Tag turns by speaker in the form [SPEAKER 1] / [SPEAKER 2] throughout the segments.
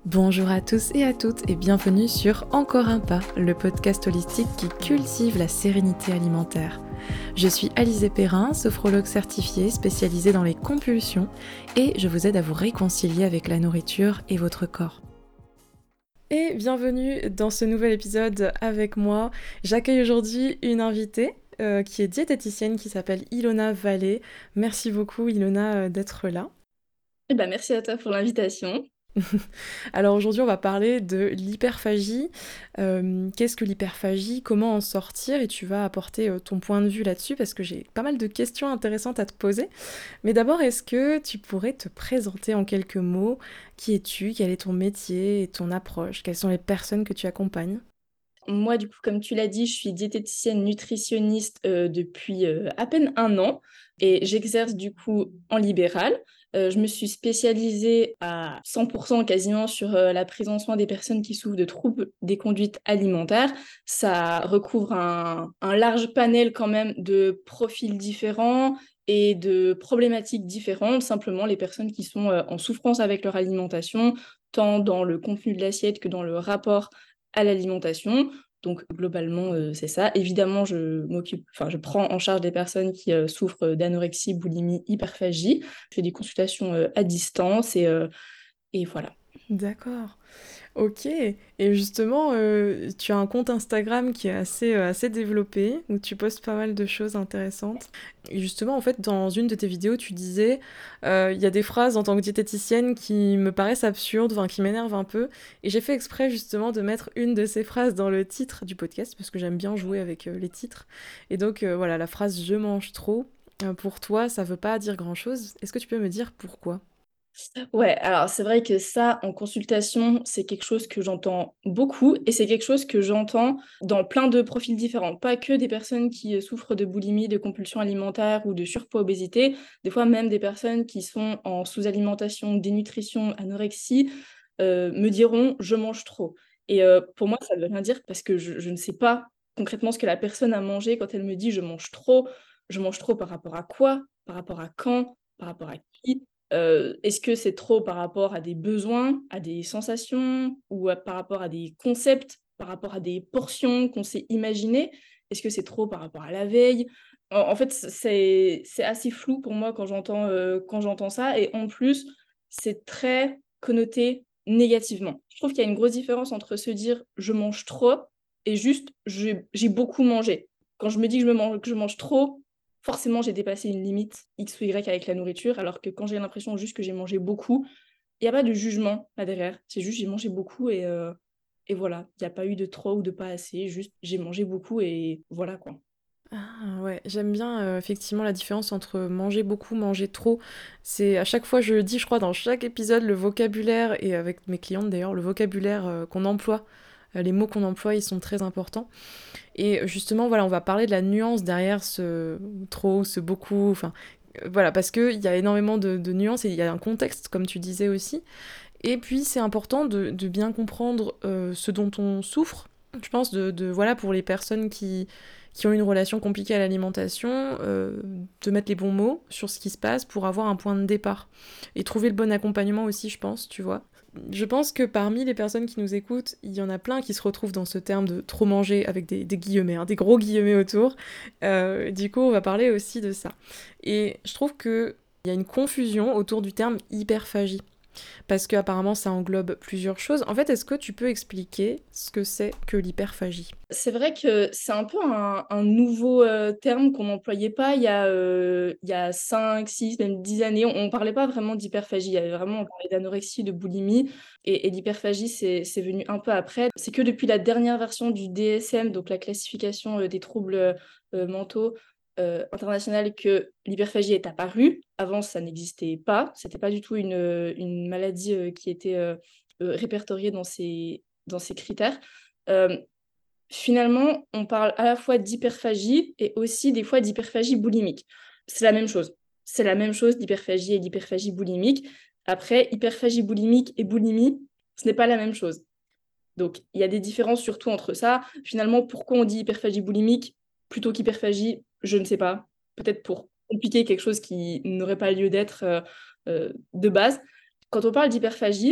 [SPEAKER 1] Bonjour à tous et à toutes et bienvenue sur Encore un pas, le podcast holistique qui cultive la sérénité alimentaire. Je suis Alizée Perrin, sophrologue certifiée spécialisée dans les compulsions et je vous aide à vous réconcilier avec la nourriture et votre corps. Et bienvenue dans ce nouvel épisode avec moi. J'accueille aujourd'hui une invitée qui est diététicienne qui s'appelle Ilona Vallée. Merci beaucoup Ilona d'être là.
[SPEAKER 2] Merci à toi pour l'invitation.
[SPEAKER 1] Alors aujourd'hui, on va parler de l'hyperphagie. Qu'est-ce que l'hyperphagie? Comment en sortir? Et tu vas apporter ton point de vue là-dessus parce que j'ai pas mal de questions intéressantes à te poser. Mais d'abord, est-ce que tu pourrais te présenter en quelques mots? Qui es-tu? Quel est ton métier et ton approche? Quelles sont les personnes que tu accompagnes?
[SPEAKER 2] Moi, du coup, comme tu l'as dit, je suis diététicienne nutritionniste depuis à peine 1 an et j'exerce du coup en libéral. Je me suis spécialisée à 100% quasiment sur la prise en soin des personnes qui souffrent de troubles des conduites alimentaires. Ça recouvre un large panel quand même de profils différents et de problématiques différentes. Simplement, les personnes qui sont en souffrance avec leur alimentation, tant dans le contenu de l'assiette que dans le rapport à l'alimentation. Donc globalement, c'est ça. Évidemment, je prends en charge des personnes qui souffrent d'anorexie, boulimie, hyperphagie. Je fais des consultations à distance et voilà.
[SPEAKER 1] D'accord. Ok, et justement, tu as un compte Instagram qui est assez développé, où tu postes pas mal de choses intéressantes. Et justement, en fait, dans une de tes vidéos, tu disais, il y a des phrases en tant que diététicienne qui me paraissent absurdes, enfin, qui m'énervent un peu. Et j'ai fait exprès justement de mettre une de ces phrases dans le titre du podcast, parce que j'aime bien jouer avec les titres. Et donc, voilà, la phrase «je mange trop», pour toi, ça veut pas dire grand-chose. Est-ce que tu peux me dire pourquoi?
[SPEAKER 2] Ouais, alors c'est vrai que ça, en consultation, c'est quelque chose que j'entends beaucoup et c'est quelque chose que j'entends dans plein de profils différents. Pas que des personnes qui souffrent de boulimie, de compulsion alimentaire ou de surpoids, obésité. Des fois même des personnes qui sont en sous-alimentation, dénutrition, anorexie, me diront je mange trop. Et pour moi, ça ne veut rien dire parce que je ne sais pas concrètement ce que la personne a mangé quand elle me dit je mange trop. Je mange trop par rapport à quoi? Par rapport à quand? Par rapport à qui? Est-ce que c'est trop par rapport à des besoins, à des sensations ou par rapport à des concepts, par rapport à des portions qu'on s'est imaginées? Est-ce que c'est trop par rapport à la veille? En fait, c'est assez flou pour moi quand j'entends ça et en plus, c'est très connoté négativement. Je trouve qu'il y a une grosse différence entre se dire: «Je mange trop» et juste: «J'ai beaucoup mangé». Quand je me dis que je mange trop, forcément, j'ai dépassé une limite X ou Y avec la nourriture, alors que quand j'ai l'impression juste que j'ai mangé beaucoup, il y a pas de jugement là derrière. C'est juste j'ai mangé beaucoup et voilà. Il y a pas eu de trop ou de pas assez, juste j'ai mangé beaucoup et voilà quoi.
[SPEAKER 1] Ah ouais, j'aime bien effectivement la différence entre manger beaucoup, manger trop. C'est à chaque fois, je le dis, je crois, dans chaque épisode, le vocabulaire, et avec mes clientes d'ailleurs, le vocabulaire qu'on emploie, les mots qu'on emploie, ils sont très importants. Et justement, voilà, on va parler de la nuance derrière ce trop, ce beaucoup, enfin, voilà, parce qu'il y a énormément de nuances et il y a un contexte, comme tu disais aussi. Et puis, c'est important de bien comprendre ce dont on souffre. Je pense voilà, pour les personnes qui ont une relation compliquée à l'alimentation, de mettre les bons mots sur ce qui se passe pour avoir un point de départ. Et trouver le bon accompagnement aussi, je pense, tu vois. Je pense que parmi les personnes qui nous écoutent, il y en a plein qui se retrouvent dans ce terme de trop manger avec des guillemets, hein, des gros guillemets autour. Du coup, on va parler aussi de ça. Et je trouve qu'il y a une confusion autour du terme hyperphagie parce qu'apparemment ça englobe plusieurs choses. En fait, est-ce que tu peux expliquer ce que c'est que l'hyperphagie?
[SPEAKER 2] C'est vrai que c'est un peu un nouveau, terme qu'on n'employait pas il y a 5, 6, même 10 années. On parlait pas vraiment d'hyperphagie. Il y avait vraiment on parlait d'anorexie, de boulimie et l'hyperphagie, c'est venu un peu après. C'est que depuis la dernière version du DSM, donc la classification, des troubles, mentaux, internationale, que l'hyperphagie est apparue. Avant, ça n'existait pas. C'était pas du tout une maladie, qui était, répertoriée dans ces critères. Hem Finalement, on parle à la fois d'hyperphagie et aussi des fois d'hyperphagie boulimique. C'est la même chose. C'est la même chose, l'hyperphagie et l'hyperphagie boulimique. Après, hyperphagie boulimique et boulimie, ce n'est pas la même chose. Donc, il y a des différences surtout entre ça. Finalement, pourquoi on dit hyperphagie boulimique plutôt qu'hyperphagie? Je ne sais pas. Peut-être pour compliquer quelque chose qui n'aurait pas lieu d'être, de base. Quand on parle d'hyperphagie,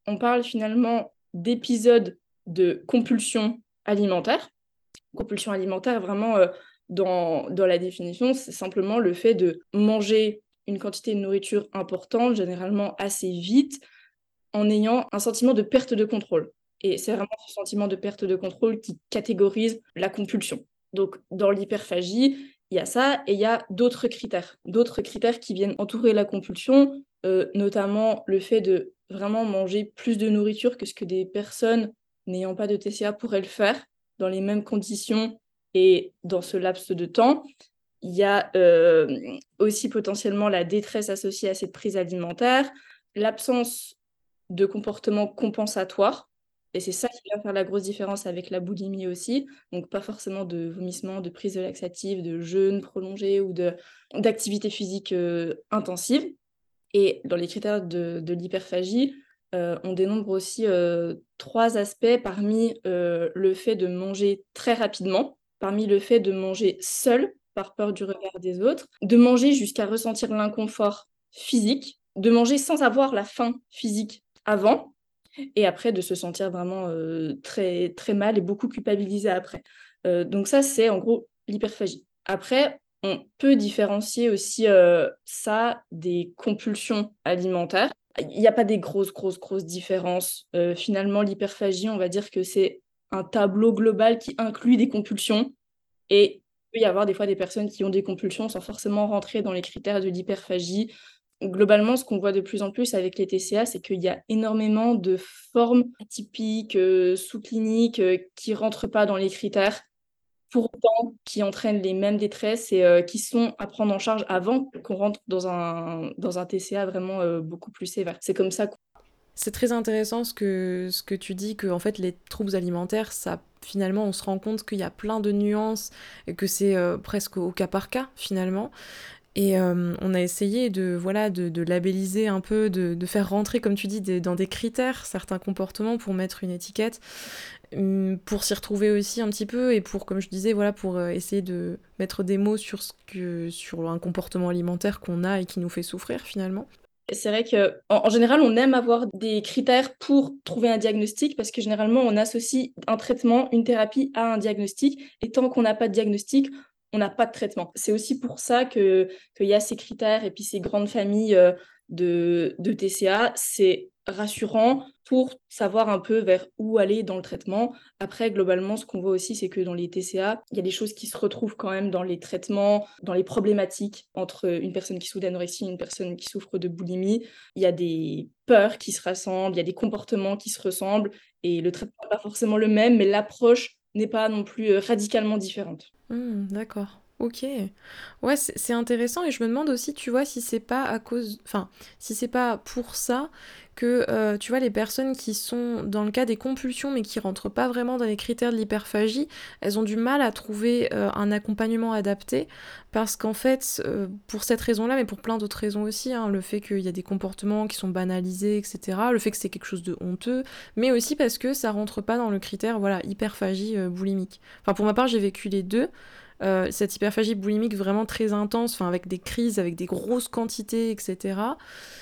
[SPEAKER 2] on parle finalement d'épisodes de compulsion alimentaire. Compulsion alimentaire, vraiment, dans la définition, c'est simplement le fait de manger une quantité de nourriture importante, généralement assez vite, en ayant un sentiment de perte de contrôle. Et c'est vraiment ce sentiment de perte de contrôle qui catégorise la compulsion. Donc, dans l'hyperphagie, il y a ça et il y a d'autres critères. D'autres critères qui viennent entourer la compulsion, notamment le fait de vraiment manger plus de nourriture que ce que des personnes n'ayant pas de TCA pourraient le faire dans les mêmes conditions et dans ce laps de temps. Il y a aussi potentiellement la détresse associée à cette prise alimentaire, l'absence de comportement compensatoire. Et c'est ça qui vient faire la grosse différence avec la boulimie aussi. Donc pas forcément de vomissement, de prise de laxative, de jeûne prolongé ou d'activité physique intensive. Et dans les critères de l'hyperphagie, on dénombre aussi 3 aspects parmi le fait de manger très rapidement, parmi le fait de manger seul par peur du regard des autres, de manger jusqu'à ressentir l'inconfort physique, de manger sans avoir la faim physique avant, et après de se sentir vraiment très, très mal et beaucoup culpabilisé après. Donc ça, c'est en gros l'hyperphagie. Après, on peut différencier aussi ça des compulsions alimentaires. Il n'y a pas des grosses, grosses, grosses différences. Finalement, l'hyperphagie, on va dire que c'est un tableau global qui inclut des compulsions. Et il peut y avoir des fois des personnes qui ont des compulsions sans forcément rentrer dans les critères de l'hyperphagie. Globalement, ce qu'on voit de plus en plus avec les TCA, c'est qu'il y a énormément de formes atypiques, sous-cliniques, qui rentrent pas dans les critères, pour autant qui entraînent les mêmes détresses et qui sont à prendre en charge avant qu'on rentre dans un TCA vraiment beaucoup plus sévère. C'est comme ça.
[SPEAKER 1] C'est très intéressant ce que tu dis, que en fait les troubles alimentaires, ça finalement on se rend compte qu'il y a plein de nuances et que c'est presque au cas par cas finalement. Et on a essayé de, voilà, de labelliser un peu, de faire rentrer, comme tu dis, dans des critères certains comportements pour mettre une étiquette, pour s'y retrouver aussi un petit peu et pour, comme je disais, voilà, pour essayer de mettre des mots sur, sur un comportement alimentaire qu'on a et qui nous fait souffrir finalement.
[SPEAKER 2] C'est vrai qu'en général, on aime avoir des critères pour trouver un diagnostic parce que généralement, on associe un traitement, une thérapie à un diagnostic. Et tant qu'on n'a pas de diagnostic, on n'a pas de traitement. C'est aussi pour ça qu'il y a ces critères et puis ces grandes familles de TCA. C'est rassurant pour savoir un peu vers où aller dans le traitement. Après, globalement, ce qu'on voit aussi, c'est que dans les TCA, il y a des choses qui se retrouvent quand même dans les traitements, dans les problématiques entre une personne qui souffre d'anorexie et une personne qui souffre de boulimie. Il y a des peurs qui se rassemblent, il y a des comportements qui se ressemblent, et le traitement n'est pas forcément le même, mais l'approche n'est pas non plus radicalement différente.
[SPEAKER 1] D'accord. Ok. Ouais, c'est intéressant et je me demande aussi, tu vois, si c'est pas à cause, enfin, si c'est pas pour ça que, tu vois, les personnes qui sont dans le cas des compulsions mais qui rentrent pas vraiment dans les critères de l'hyperphagie, elles ont du mal à trouver un accompagnement adapté parce qu'en fait, pour cette raison-là, mais pour plein d'autres raisons aussi, hein, le fait qu'il y a des comportements qui sont banalisés, etc., le fait que c'est quelque chose de honteux, mais aussi parce que ça rentre pas dans le critère, voilà, hyperphagie boulimique. Enfin, pour ma part, j'ai vécu les deux. Cette hyperphagie boulimique vraiment très intense, enfin avec des crises, avec des grosses quantités, etc.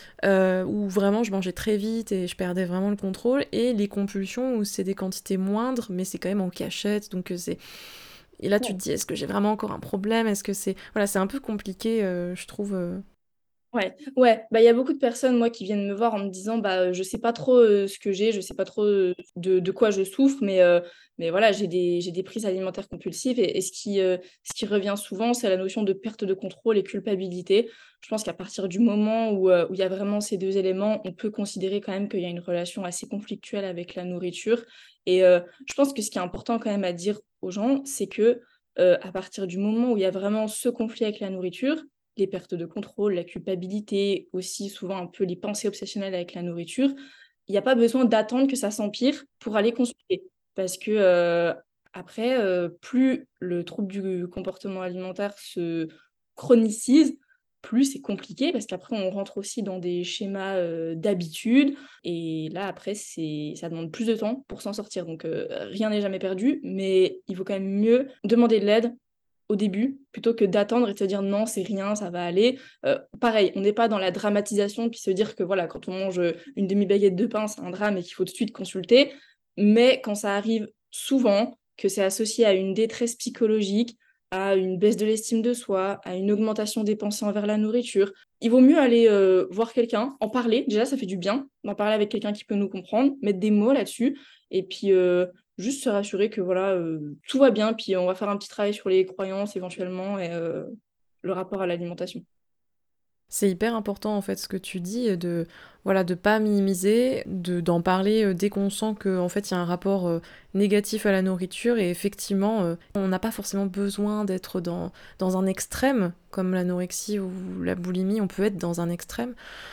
[SPEAKER 1] Où vraiment je mangeais très vite et je perdais vraiment le contrôle. Et les compulsions où c'est des quantités moindres, mais c'est quand même en cachette, donc c'est... Et là tu te dis, est-ce que j'ai vraiment encore un problème? Est-ce que c'est... Voilà, c'est un peu compliqué, je trouve.
[SPEAKER 2] Ouais, ouais, bah il y a beaucoup de personnes moi qui viennent me voir en me disant bah je sais pas trop ce que j'ai, je sais pas trop de quoi je souffre, mais voilà, j'ai des prises alimentaires compulsives et ce qui revient souvent, c'est la notion de perte de contrôle et culpabilité. Je pense qu'à partir du moment où il y a vraiment ces deux éléments, on peut considérer quand même qu'il y a une relation assez conflictuelle avec la nourriture. Et je pense que ce qui est important quand même à dire aux gens, c'est que à partir du moment où il y a vraiment ce conflit avec la nourriture, les pertes de contrôle, la culpabilité, aussi souvent un peu les pensées obsessionnelles avec la nourriture, il n'y a pas besoin d'attendre que ça s'empire pour aller consulter. Parce que après, plus le trouble du comportement alimentaire se chronicise, plus c'est compliqué parce qu'après on rentre aussi dans des schémas d'habitude et là après ça demande plus de temps pour s'en sortir. Donc rien n'est jamais perdu, mais il vaut quand même mieux demander de l'aide, au début, plutôt que d'attendre et de se dire non, c'est rien, ça va aller. Pareil, on n'est pas dans la dramatisation, puis se dire que voilà, quand on mange une demi-baguette de pain, c'est un drame et qu'il faut tout de suite consulter. Mais quand ça arrive souvent, que c'est associé à une détresse psychologique, à une baisse de l'estime de soi, à une augmentation des pensées envers la nourriture, il vaut mieux aller voir quelqu'un, en parler. Déjà, ça fait du bien d'en parler avec quelqu'un qui peut nous comprendre, mettre des mots là-dessus, et puis juste se rassurer que voilà, tout va bien, puis on va faire un petit travail sur les croyances éventuellement et le rapport à l'alimentation.
[SPEAKER 1] C'est hyper important en fait ce que tu dis de voilà de pas minimiser, d'en parler dès qu'on sent que en fait il y a un rapport négatif à la nourriture et effectivement on n'a pas forcément besoin d'être dans un extrême comme l'anorexie ou la boulimie, on peut être dans un extrême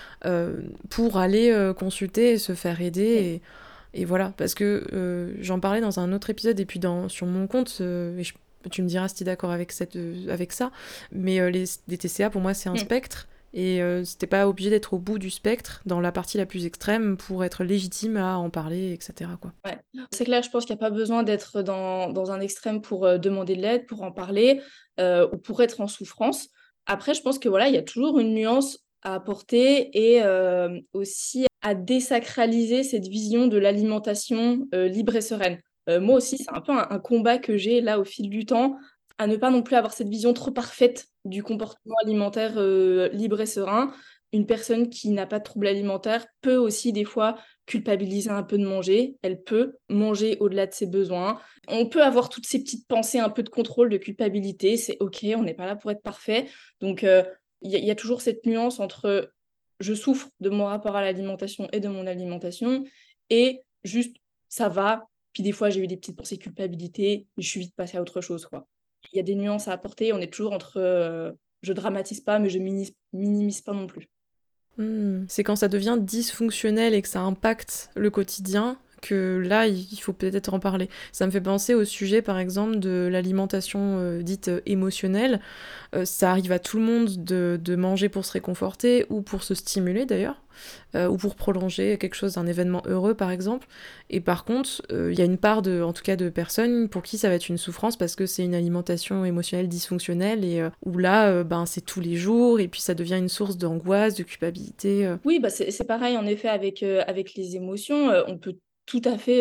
[SPEAKER 1] pour aller consulter et se faire aider et voilà parce que j'en parlais dans un autre épisode et puis sur mon compte tu me diras si tu es d'accord avec ça, mais les TCA pour moi c'est un
[SPEAKER 2] Mm.
[SPEAKER 1] spectre et c'était pas obligé d'être au bout du spectre dans la partie la plus extrême pour être légitime à en parler, etc. quoi.
[SPEAKER 2] Ouais. C'est clair, je pense qu'il n'y a pas besoin d'être dans un extrême pour demander de l'aide, pour en parler ou pour être en souffrance. Après, je pense que voilà, il y a toujours une nuance à apporter et aussi à désacraliser cette vision de l'alimentation libre et sereine. Moi aussi, c'est un peu un combat que j'ai là au fil du temps, à ne pas non plus avoir cette vision trop parfaite du comportement alimentaire libre et serein. Une personne qui n'a pas de trouble alimentaire peut aussi des fois culpabiliser un peu de manger, elle peut manger au-delà de ses besoins. On peut avoir toutes ces petites pensées un peu de contrôle, de culpabilité, c'est ok, on n'est pas là pour être parfait. Donc il y a toujours cette nuance entre je souffre de mon rapport à l'alimentation et de mon alimentation et juste ça va. Puis des fois j'ai eu des petites pensées de culpabilité, mais je suis vite passée à autre chose quoi. Il y a des nuances à apporter, on est toujours entre je dramatise pas mais je minimise pas non plus.
[SPEAKER 1] C'est quand ça devient dysfonctionnel et que ça impacte le quotidien que là, il faut peut-être en parler. Ça me fait penser au sujet, par exemple, de l'alimentation dite émotionnelle. Ça arrive à tout le monde de manger pour se réconforter ou pour se stimuler d'ailleurs, ou pour prolonger quelque chose d'un événement heureux par exemple. Et par contre, il y a une part en tout cas de personnes pour qui ça va être une souffrance parce que c'est une alimentation émotionnelle dysfonctionnelle et où là, ben c'est tous les jours et puis ça devient une source d'angoisse, de culpabilité.
[SPEAKER 2] Oui, bah c'est pareil en effet avec les émotions. On peut tout à fait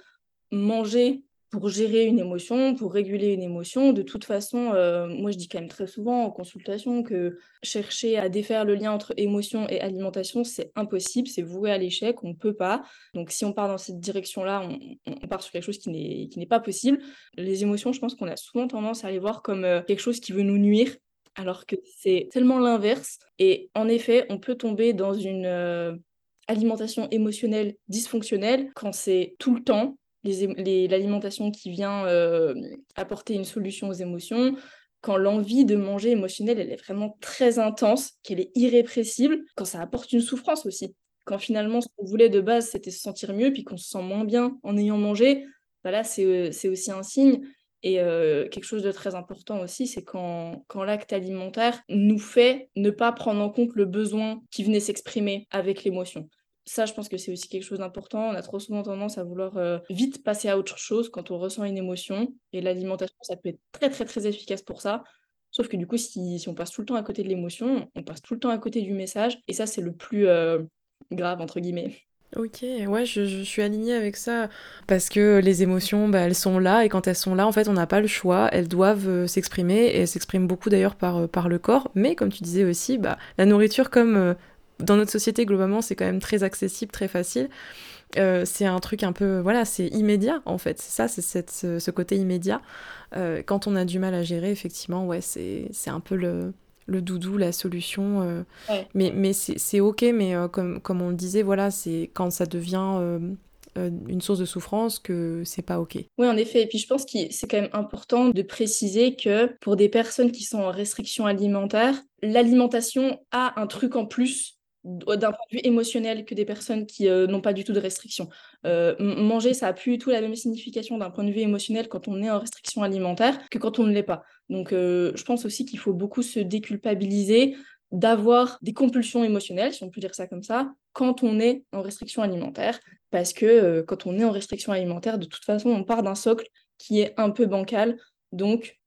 [SPEAKER 2] manger pour gérer une émotion, pour réguler une émotion. De toute façon, moi je dis quand même très souvent en consultation que chercher à défaire le lien entre émotion et alimentation, c'est impossible, c'est voué à l'échec, on ne peut pas. Donc si on part dans cette direction-là, on part sur quelque chose qui n'est pas possible. Les émotions, je pense qu'on a souvent tendance à les voir comme quelque chose qui veut nous nuire, alors que c'est tellement l'inverse. Et en effet, on peut tomber dans une alimentation émotionnelle dysfonctionnelle quand c'est tout le temps l'alimentation qui vient apporter une solution aux émotions, quand l'envie de manger émotionnelle, elle est vraiment très intense, qu'elle est irrépressible, quand ça apporte une souffrance aussi. Quand finalement, ce qu'on voulait de base, c'était se sentir mieux, puis qu'on se sent moins bien en ayant mangé, bah là, c'est aussi un signe. Et quelque chose de très important aussi, c'est quand l'acte alimentaire nous fait ne pas prendre en compte le besoin qui venait s'exprimer avec l'émotion. Ça, je pense que c'est aussi quelque chose d'important. On a trop souvent tendance à vouloir vite passer à autre chose quand on ressent une émotion. Et l'alimentation, ça peut être très, très, très efficace pour ça. Sauf que du coup, si on passe tout le temps à côté de l'émotion, on passe tout le temps à côté du message. Et ça, c'est le plus grave, entre guillemets.
[SPEAKER 1] Ok, ouais, je suis alignée avec ça parce que les émotions, bah, elles sont là et quand elles sont là, en fait, on n'a pas le choix. Elles doivent s'exprimer et elles s'expriment beaucoup d'ailleurs par le corps. Mais comme tu disais aussi, bah, la nourriture, comme dans notre société globalement, c'est quand même très accessible, très facile. C'est un truc un peu, voilà, c'est immédiat en fait. C'est ça, c'est ce côté immédiat. Quand on a du mal à gérer, effectivement, ouais, c'est un peu le doudou, la solution.
[SPEAKER 2] Ouais.
[SPEAKER 1] Mais c'est ok, mais comme on le disait, voilà, c'est quand ça devient une source de souffrance que c'est pas ok.
[SPEAKER 2] Oui, en effet. Et puis je pense que c'est quand même important de préciser que pour des personnes qui sont en restriction alimentaire, l'alimentation a un truc en plus d'un point de vue émotionnel que des personnes qui n'ont pas du tout de restriction. Manger, ça a plus du tout la même signification d'un point de vue émotionnel quand on est en restriction alimentaire que quand on ne l'est pas. Donc je pense aussi qu'il faut beaucoup se déculpabiliser d'avoir des compulsions émotionnelles, si on peut dire ça comme ça, quand on est en restriction alimentaire parce que quand on est en restriction alimentaire, de toute façon, on part d'un socle qui est un peu bancal. Donc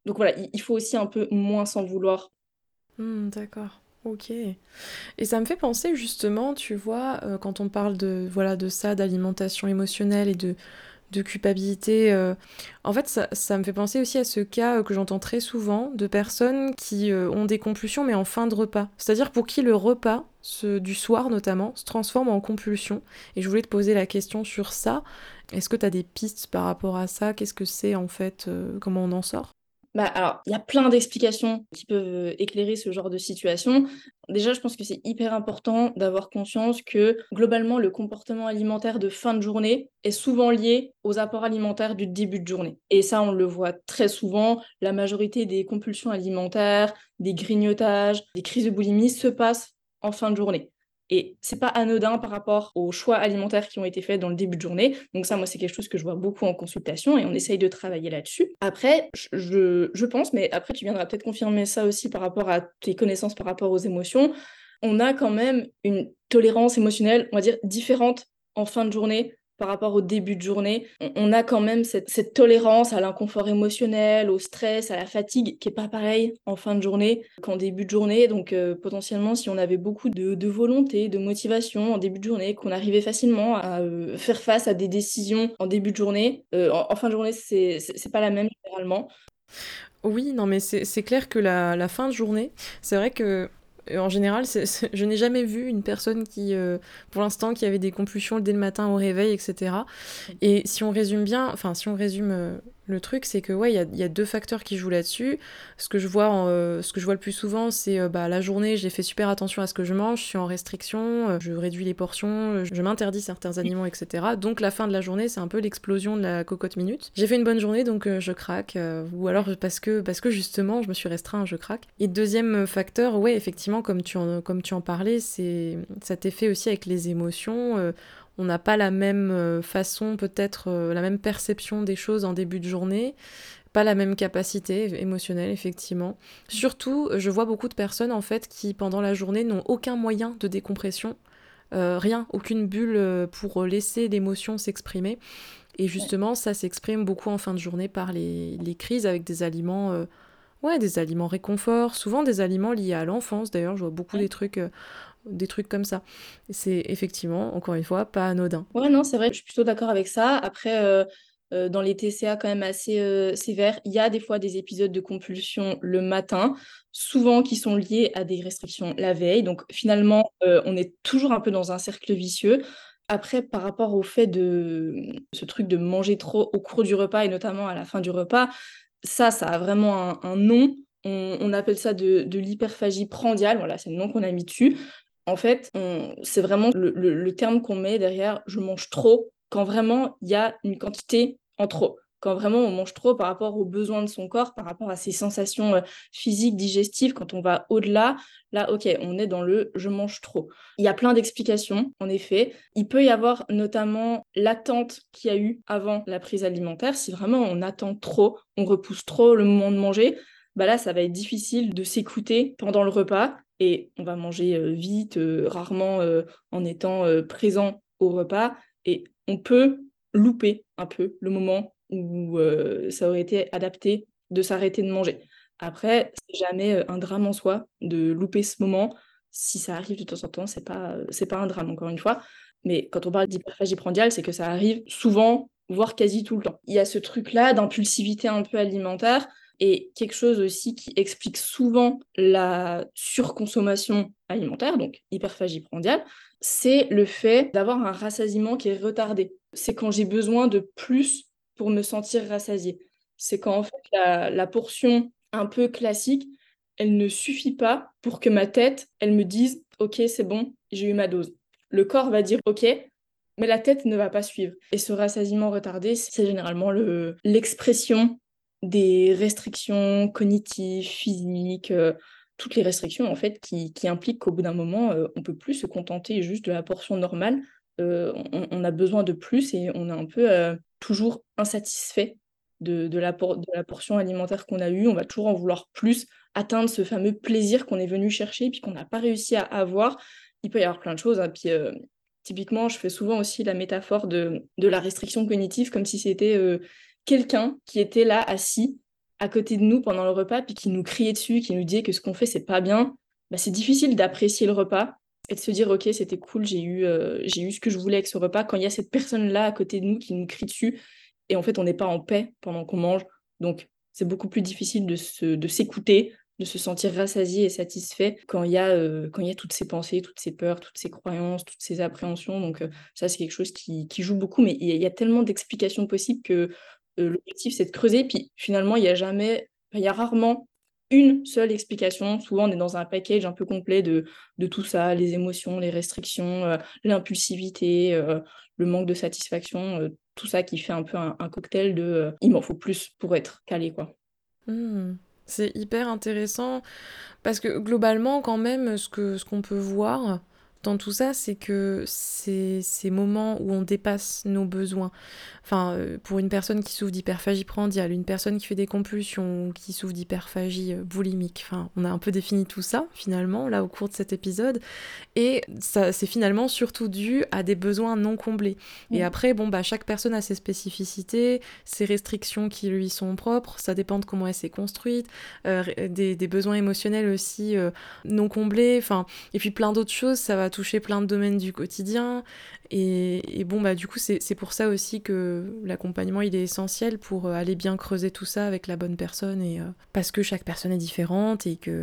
[SPEAKER 2] Donc voilà, il faut aussi un peu moins s'en vouloir.
[SPEAKER 1] D'accord. Ok. Et ça me fait penser justement, tu vois, quand on parle de, voilà, de ça, d'alimentation émotionnelle et de culpabilité, en fait, ça me fait penser aussi à ce cas que j'entends très souvent de personnes qui ont des compulsions, mais en fin de repas. C'est-à-dire pour qui le repas, du soir notamment, se transforme en compulsion. Et je voulais te poser la question sur ça. Est-ce que tu as des pistes par rapport à ça? Qu'est-ce que c'est en fait? Comment on en sort?
[SPEAKER 2] Bah, alors, il y a plein d'explications qui peuvent éclairer ce genre de situation. Déjà, je pense que c'est hyper important d'avoir conscience que globalement, le comportement alimentaire de fin de journée est souvent lié aux apports alimentaires du début de journée. Et ça, on le voit très souvent. La majorité des compulsions alimentaires, des grignotages, des crises de boulimie se passent en fin de journée. Et c'est pas anodin par rapport aux choix alimentaires qui ont été faits dans le début de journée. Donc ça, moi, c'est quelque chose que je vois beaucoup en consultation et on essaye de travailler là-dessus. Après, je pense, mais après, tu viendras peut-être confirmer ça aussi par rapport à tes connaissances par rapport aux émotions. On a quand même une tolérance émotionnelle, on va dire, différente en fin de journée par rapport au début de journée. On a quand même cette tolérance à l'inconfort émotionnel, au stress, à la fatigue, qui est pas pareil en fin de journée qu'en début de journée. Donc potentiellement, si on avait beaucoup de volonté, de motivation en début de journée, qu'on arrivait facilement à faire face à des décisions en début de journée, en fin de journée, c'est pas la même généralement.
[SPEAKER 1] Oui, non, mais c'est clair que la fin de journée, c'est vrai que en général, je n'ai jamais vu une personne qui, pour l'instant, qui avait des compulsions dès le matin au réveil, etc. Et si on résume bien, enfin, si on résume le truc, c'est que ouais, il y a deux facteurs qui jouent là-dessus. Ce que je vois le plus souvent, c'est bah, la journée, j'ai fait super attention à ce que je mange, je suis en restriction, je réduis les portions, je m'interdis certains aliments, etc. Donc la fin de la journée, c'est un peu l'explosion de la cocotte minute. J'ai fait une bonne journée, donc je craque, ou alors parce que justement, je me suis restreint, je craque. Et deuxième facteur, ouais, effectivement, comme tu en parlais, c'est cet effet aussi avec les émotions. On n'a pas la même façon, peut-être la même perception des choses en début de journée, pas la même capacité émotionnelle, effectivement. Surtout, je vois beaucoup de personnes, en fait, qui, pendant la journée, n'ont aucun moyen de décompression, rien, aucune bulle pour laisser l'émotion s'exprimer. Et
[SPEAKER 2] Ouais.
[SPEAKER 1] justement, ça s'exprime beaucoup en fin de journée par les crises avec des aliments, ouais, des aliments réconfort, souvent des aliments liés à l'enfance, d'ailleurs, je vois beaucoup des trucs comme ça. C'est effectivement, encore une fois, pas anodin.
[SPEAKER 2] Ouais, non, c'est vrai, je suis plutôt d'accord avec ça. Après, dans les TCA quand même assez sévères, il y a des fois des épisodes de compulsion le matin, souvent qui sont liés à des restrictions la veille. Donc finalement, on est toujours un peu dans un cercle vicieux. Après, par rapport au fait de ce truc de manger trop au cours du repas et notamment à la fin du repas, ça a vraiment un nom. On appelle ça de l'hyperphagie prandiale. Voilà, c'est le nom qu'on a mis dessus. En fait, c'est vraiment le terme qu'on met derrière je mange trop quand vraiment il y a une quantité en trop. Quand vraiment on mange trop par rapport aux besoins de son corps, par rapport à ses sensations physiques, digestives, quand on va au-delà, là, ok, on est dans le je mange trop. Il y a plein d'explications, en effet. Il peut y avoir notamment l'attente qu'il y a eu avant la prise alimentaire. Si vraiment on attend trop, on repousse trop le moment de manger, bah là, ça va être difficile de s'écouter pendant le repas et on va manger vite, rarement en étant présent au repas et on peut louper un peu le moment où ça aurait été adapté de s'arrêter de manger. Après, c'est jamais un drame en soi de louper ce moment. Si ça arrive de temps en temps, c'est pas un drame, encore une fois. Mais quand on parle d'hyperphagie prandiale, c'est que ça arrive souvent, voire quasi tout le temps. Il y a ce truc-là d'impulsivité un peu alimentaire et quelque chose aussi qui explique souvent la surconsommation alimentaire, donc hyperphagie prandiale, c'est le fait d'avoir un rassasiement qui est retardé. C'est quand j'ai besoin de plus pour me sentir rassasié. C'est quand en fait la portion un peu classique, elle ne suffit pas pour que ma tête, elle me dise, ok, c'est bon, j'ai eu ma dose. Le corps va dire, ok, mais la tête ne va pas suivre. Et ce rassasiement retardé, c'est généralement l'expression des restrictions cognitives, physiques, toutes les restrictions en fait qui impliquent qu'au bout d'un moment, on peut plus se contenter juste de la portion normale. On a besoin de plus et on est un peu toujours insatisfait de la portion alimentaire qu'on a eue. On va toujours en vouloir plus, atteindre ce fameux plaisir qu'on est venu chercher puis qu'on n'a pas réussi à avoir. Il peut y avoir plein de choses, hein. Puis, typiquement, je fais souvent aussi la métaphore de la restriction cognitive comme si c'était quelqu'un qui était là assis à côté de nous pendant le repas, puis qui nous criait dessus, qui nous disait que ce qu'on fait, c'est pas bien, bah, c'est difficile d'apprécier le repas et de se dire, ok, c'était cool, j'ai eu ce que je voulais avec ce repas, quand il y a cette personne-là à côté de nous qui nous crie dessus, et en fait, on n'est pas en paix pendant qu'on mange. Donc, c'est beaucoup plus difficile de s'écouter, de se sentir rassasié et satisfait quand il y a toutes ces pensées, toutes ces peurs, toutes ces croyances, toutes ces appréhensions. Donc, ça, c'est quelque chose qui joue beaucoup, mais il y a tellement d'explications possibles que l'objectif, c'est de creuser. Puis finalement, il y a rarement une seule explication. Souvent, on est dans un package un peu complet de tout ça, les émotions, les restrictions, l'impulsivité, le manque de satisfaction, tout ça qui fait un peu un cocktail de il m'en faut plus pour être calé, quoi.
[SPEAKER 1] Hmm. C'est hyper intéressant parce que globalement, quand même, ce qu'on peut voir dans tout ça, c'est que c'est ces moments où on dépasse nos besoins. Enfin, pour une personne qui souffre d'hyperphagie prandiale, une personne qui fait des compulsions, qui souffre d'hyperphagie boulimique, enfin, on a un peu défini tout ça, finalement, là, au cours de cet épisode. Et ça, c'est finalement surtout dû à des besoins non comblés. Et
[SPEAKER 2] Mm.
[SPEAKER 1] après, bon, bah, chaque personne a ses spécificités, ses restrictions qui lui sont propres, ça dépend de comment elle s'est construite, des besoins émotionnels aussi non comblés, enfin, et puis plein d'autres choses, ça va toucher plein de domaines du quotidien. Et bon, bah, du coup, c'est pour ça aussi que l'accompagnement, il est essentiel pour aller bien creuser tout ça avec la bonne personne, et parce que chaque personne est différente,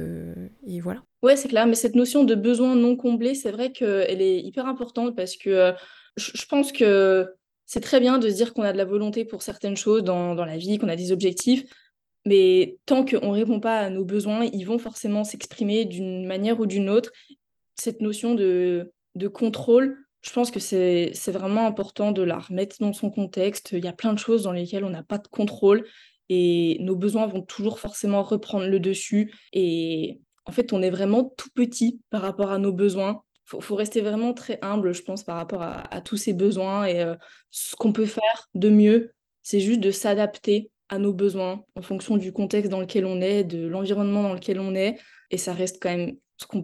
[SPEAKER 1] et voilà.
[SPEAKER 2] Ouais, c'est clair, mais cette notion de besoin non comblé, c'est vrai qu'elle est hyper importante parce que je pense que c'est très bien de se dire qu'on a de la volonté pour certaines choses dans la vie, qu'on a des objectifs, mais tant qu'on ne répond pas à nos besoins, ils vont forcément s'exprimer d'une manière ou d'une autre. Cette notion de contrôle, je pense que c'est vraiment important de la remettre dans son contexte. Il y a plein de choses dans lesquelles on n'a pas de contrôle et nos besoins vont toujours forcément reprendre le dessus. Et en fait, on est vraiment tout petit par rapport à nos besoins. Faut rester vraiment très humble, je pense, par rapport à tous ces besoins. Et ce qu'on peut faire de mieux, c'est juste de s'adapter à nos besoins en fonction du contexte dans lequel on est, de l'environnement dans lequel on est. Et ça reste quand même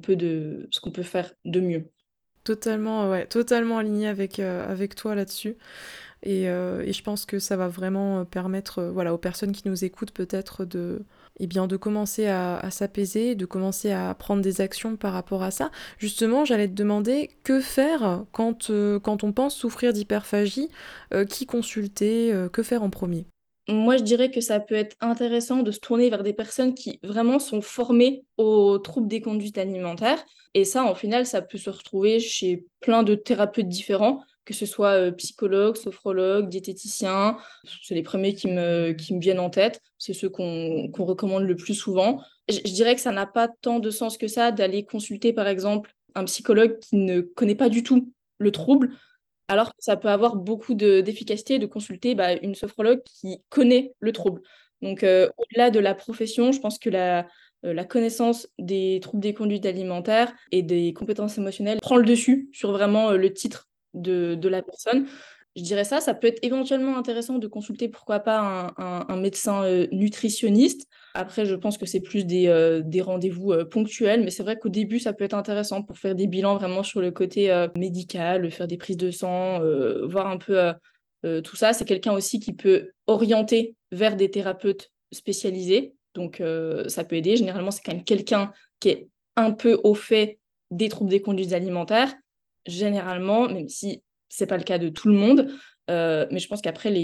[SPEAKER 2] ce qu'on peut faire de mieux.
[SPEAKER 1] Totalement, ouais, totalement aligné avec toi là-dessus. Et je pense que ça va vraiment permettre voilà, aux personnes qui nous écoutent peut-être eh bien, de commencer à s'apaiser, de commencer à prendre des actions par rapport à ça. Justement, j'allais te demander que faire quand on pense souffrir d'hyperphagie, qui consulter, que faire en premier.
[SPEAKER 2] Moi, je dirais que ça peut être intéressant de se tourner vers des personnes qui vraiment sont formées aux troubles des conduites alimentaires. Et ça, en final, ça peut se retrouver chez plein de thérapeutes différents, que ce soit psychologues, sophrologues, diététiciens. C'est les premiers qui me viennent en tête. C'est ceux qu'on recommande le plus souvent. Je dirais que ça n'a pas tant de sens que ça d'aller consulter, par exemple, un psychologue qui ne connaît pas du tout le trouble, alors que ça peut avoir beaucoup d'efficacité de consulter une sophrologue qui connaît le trouble. Donc, au-delà de la profession, je pense que la connaissance des troubles des conduites alimentaires et des compétences émotionnelles prend le dessus sur vraiment le titre de la personne. Je dirais ça, ça peut être éventuellement intéressant de consulter, pourquoi pas, un médecin nutritionniste. Après, je pense que c'est plus des rendez-vous ponctuels, mais c'est vrai qu'au début, ça peut être intéressant pour faire des bilans vraiment sur le côté médical, faire des prises de sang, voir un peu tout ça. C'est quelqu'un aussi qui peut orienter vers des thérapeutes spécialisés, donc ça peut aider. Généralement, c'est quand même quelqu'un qui est un peu au fait des troubles des conduites alimentaires, généralement, même si c'est pas le cas de tout le monde. Mais je pense qu'après,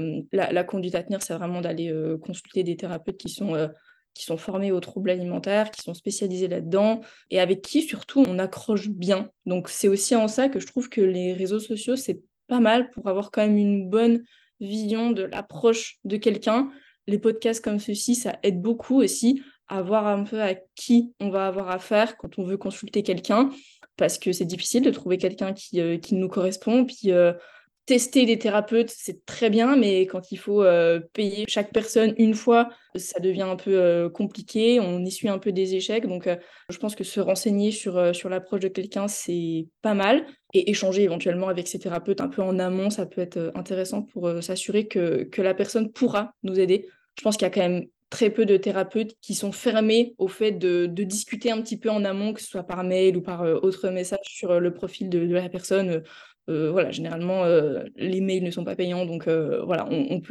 [SPEAKER 2] la conduite à tenir, c'est vraiment d'aller consulter des thérapeutes qui sont formés aux troubles alimentaires, qui sont spécialisés là-dedans, et avec qui surtout on accroche bien. Donc c'est aussi en ça que je trouve que les réseaux sociaux, c'est pas mal pour avoir quand même une bonne vision de l'approche de quelqu'un. Les podcasts comme ceux-ci, ça aide beaucoup aussi à voir un peu à qui on va avoir affaire quand on veut consulter quelqu'un, parce que c'est difficile de trouver quelqu'un qui nous correspond. Puis tester des thérapeutes, c'est très bien, mais quand il faut payer chaque personne une fois, ça devient un peu compliqué, on essuie un peu des échecs. Donc je pense que se renseigner sur l'approche de quelqu'un, c'est pas mal. Et échanger éventuellement avec ces thérapeutes un peu en amont, ça peut être intéressant pour s'assurer que la personne pourra nous aider. Je pense qu'il y a quand même très peu de thérapeutes qui sont fermés au fait de discuter un petit peu en amont, que ce soit par mail ou par autre message sur le profil de la personne. Voilà, généralement, les mails ne sont pas payants, donc voilà,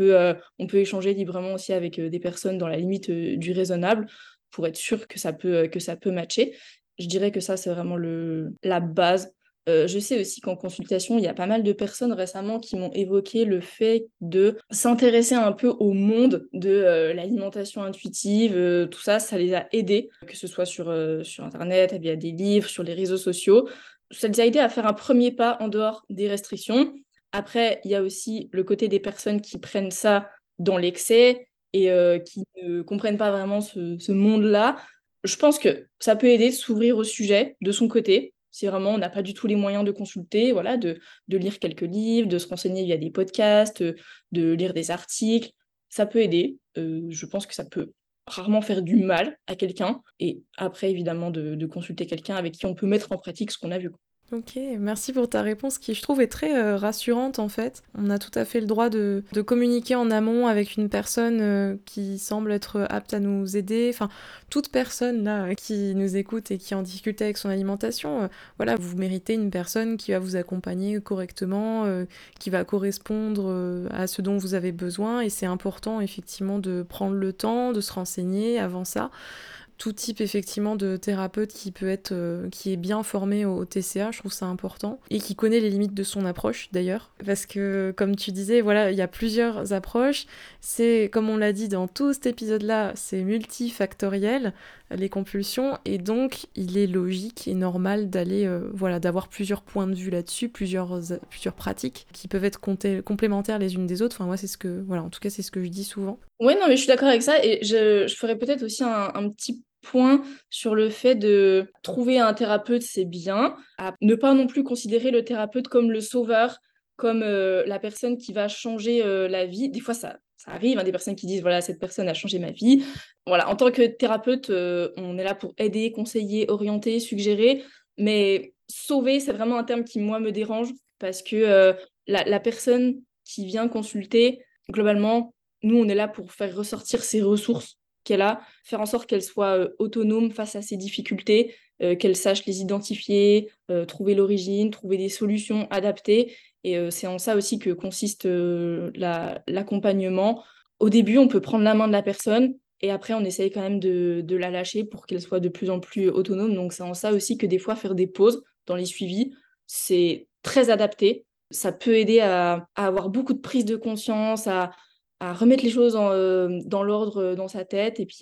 [SPEAKER 2] on peut échanger librement aussi avec des personnes dans la limite du raisonnable pour être sûr que ça peut matcher. Je dirais que ça, c'est vraiment la base. Je sais aussi qu'en consultation, il y a pas mal de personnes récemment qui m'ont évoqué le fait de s'intéresser un peu au monde de l'alimentation intuitive, tout ça, ça les a aidés, que ce soit sur Internet, via des livres, sur les réseaux sociaux. Ça les a aidés à faire un premier pas en dehors des restrictions. Après, il y a aussi le côté des personnes qui prennent ça dans l'excès et qui ne comprennent pas vraiment ce monde-là. Je pense que ça peut aider de s'ouvrir au sujet de son côté, si vraiment on n'a pas du tout les moyens de consulter, voilà, de lire quelques livres, de se renseigner via des podcasts, de lire des articles. Ça peut aider. Je pense que ça peut rarement faire du mal à quelqu'un. Et après, évidemment, de consulter quelqu'un avec qui on peut mettre en pratique ce qu'on a vu.
[SPEAKER 1] Ok, merci pour ta réponse qui je trouve est très rassurante en fait. On a tout à fait le droit de communiquer en amont avec une personne qui semble être apte à nous aider. Enfin, toute personne là qui nous écoute et qui en difficulté avec son alimentation, voilà, vous méritez une personne qui va vous accompagner correctement, qui va correspondre à ce dont vous avez besoin et c'est important effectivement de prendre le temps, de se renseigner avant ça. Tout type effectivement de thérapeute qui est bien formé au TCA, je trouve ça important et qui connaît les limites de son approche d'ailleurs parce que comme tu disais voilà, il y a plusieurs approches, c'est comme on l'a dit dans tout cet épisode là, c'est multifactoriel les compulsions et donc il est logique et normal d'aller voilà, d'avoir plusieurs points de vue là-dessus, plusieurs pratiques qui peuvent être complémentaires les unes des autres. Enfin moi c'est ce que voilà, en tout cas c'est ce que je dis souvent.
[SPEAKER 2] Ouais, non, mais je suis d'accord avec ça. Et je ferais peut-être aussi un petit point sur le fait de trouver un thérapeute, c'est bien. À ne pas non plus considérer le thérapeute comme le sauveur, comme la personne qui va changer la vie. Des fois, ça arrive, hein, des personnes qui disent, voilà, cette personne a changé ma vie. Voilà, en tant que thérapeute, on est là pour aider, conseiller, orienter, suggérer. Mais sauver, c'est vraiment un terme qui, moi, me dérange parce que la personne qui vient consulter, globalement, nous, on est là pour faire ressortir ses ressources qu'elle a, faire en sorte qu'elle soit autonome face à ses difficultés, qu'elle sache les identifier, trouver l'origine, trouver des solutions adaptées. Et c'est en ça aussi que consiste l'accompagnement. Au début, on peut prendre la main de la personne et après, on essaye quand même de la lâcher pour qu'elle soit de plus en plus autonome. Donc, c'est en ça aussi que des fois, faire des pauses dans les suivis, c'est très adapté. Ça peut aider à avoir beaucoup de prise de conscience, à remettre les choses dans l'ordre dans sa tête et puis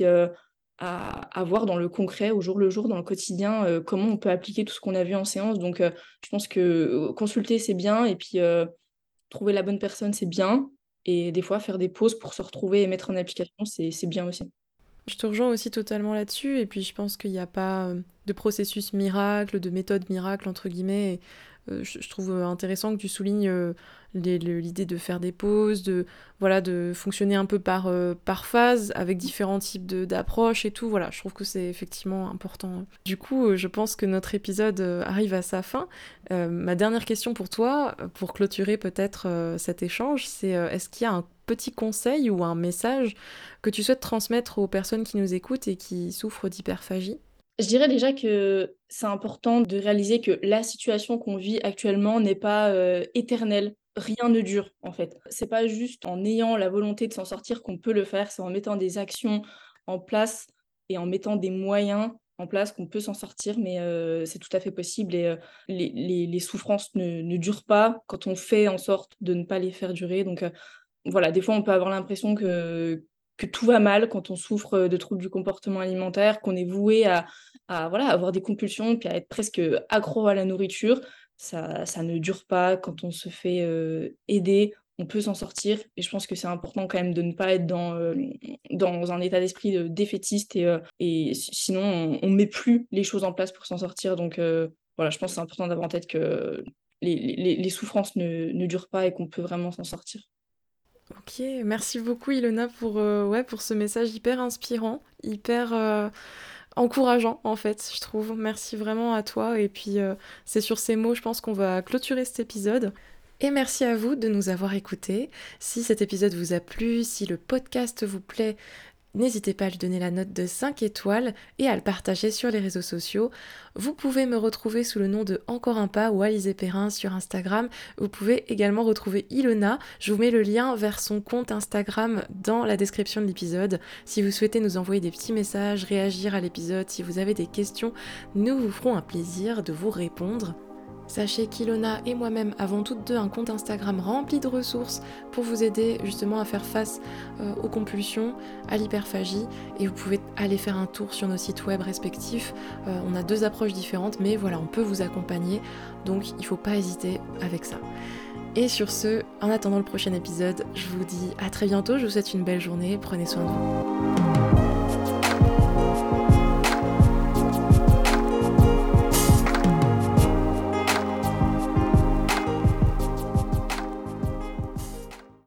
[SPEAKER 2] à voir dans le concret, au jour le jour, dans le quotidien, comment on peut appliquer tout ce qu'on a vu en séance. Donc, je pense que consulter, c'est bien et puis trouver la bonne personne, c'est bien. Et des fois, faire des pauses pour se retrouver et mettre en application, c'est bien aussi.
[SPEAKER 1] Je te rejoins aussi totalement là-dessus, et puis je pense qu'il n'y a pas de processus miracle, de méthode miracle, entre guillemets. Et, je trouve intéressant que tu soulignes l'idée de faire des pauses, voilà, de fonctionner un peu par phase, avec différents types d'approches et tout. Voilà, je trouve que c'est effectivement important. Du coup, je pense que notre épisode arrive à sa fin. Ma dernière question pour toi, pour clôturer peut-être cet échange, c'est est-ce qu'il y a un petit conseil ou un message que tu souhaites transmettre aux personnes qui nous écoutent et qui souffrent d'hyperphagie?
[SPEAKER 2] Je dirais déjà que c'est important de réaliser que la situation qu'on vit actuellement n'est pas éternelle. Rien ne dure, en fait. C'est pas juste en ayant la volonté de s'en sortir qu'on peut le faire, c'est en mettant des actions en place et en mettant des moyens en place qu'on peut s'en sortir, mais c'est tout à fait possible et les souffrances ne durent pas quand on fait en sorte de ne pas les faire durer. Donc voilà, des fois, on peut avoir l'impression que tout va mal quand on souffre de troubles du comportement alimentaire, qu'on est voué à voilà, avoir des compulsions, puis à être presque accro à la nourriture. Ça ne dure pas. Quand on se fait aider, on peut s'en sortir. Et je pense que c'est important quand même de ne pas être dans un état d'esprit défaitiste et sinon, on ne met plus les choses en place pour s'en sortir. Donc voilà, je pense que c'est important d'avoir en tête que les souffrances ne durent pas et qu'on peut vraiment s'en sortir.
[SPEAKER 1] Ok, merci beaucoup Ilona ouais, pour ce message hyper inspirant, hyper encourageant en fait, je trouve. Merci vraiment à toi et puis c'est sur ces mots je pense qu'on va clôturer cet épisode. Et merci à vous de nous avoir écoutés. Si cet épisode vous a plu, si le podcast vous plaît, N'hésitez pas à lui donner la note de 5 étoiles et à le partager sur les réseaux sociaux. Vous pouvez me retrouver sous le nom de Encore un pas ou Alizé Perrin sur Instagram. Vous pouvez également retrouver Ilona. Je vous mets le lien vers son compte Instagram dans la description de l'épisode. Si vous souhaitez nous envoyer des petits messages, réagir à l'épisode, si vous avez des questions, nous vous ferons un plaisir de vous répondre. Sachez qu'Ilona et moi-même avons toutes deux un compte Instagram rempli de ressources pour vous aider justement à faire face aux compulsions, à l'hyperphagie, et vous pouvez aller faire un tour sur nos sites web respectifs. On a 2 approches différentes, mais voilà, on peut vous accompagner, donc il ne faut pas hésiter avec ça. Et sur ce, en attendant le prochain épisode, je vous dis à très bientôt, je vous souhaite une belle journée, prenez soin de vous.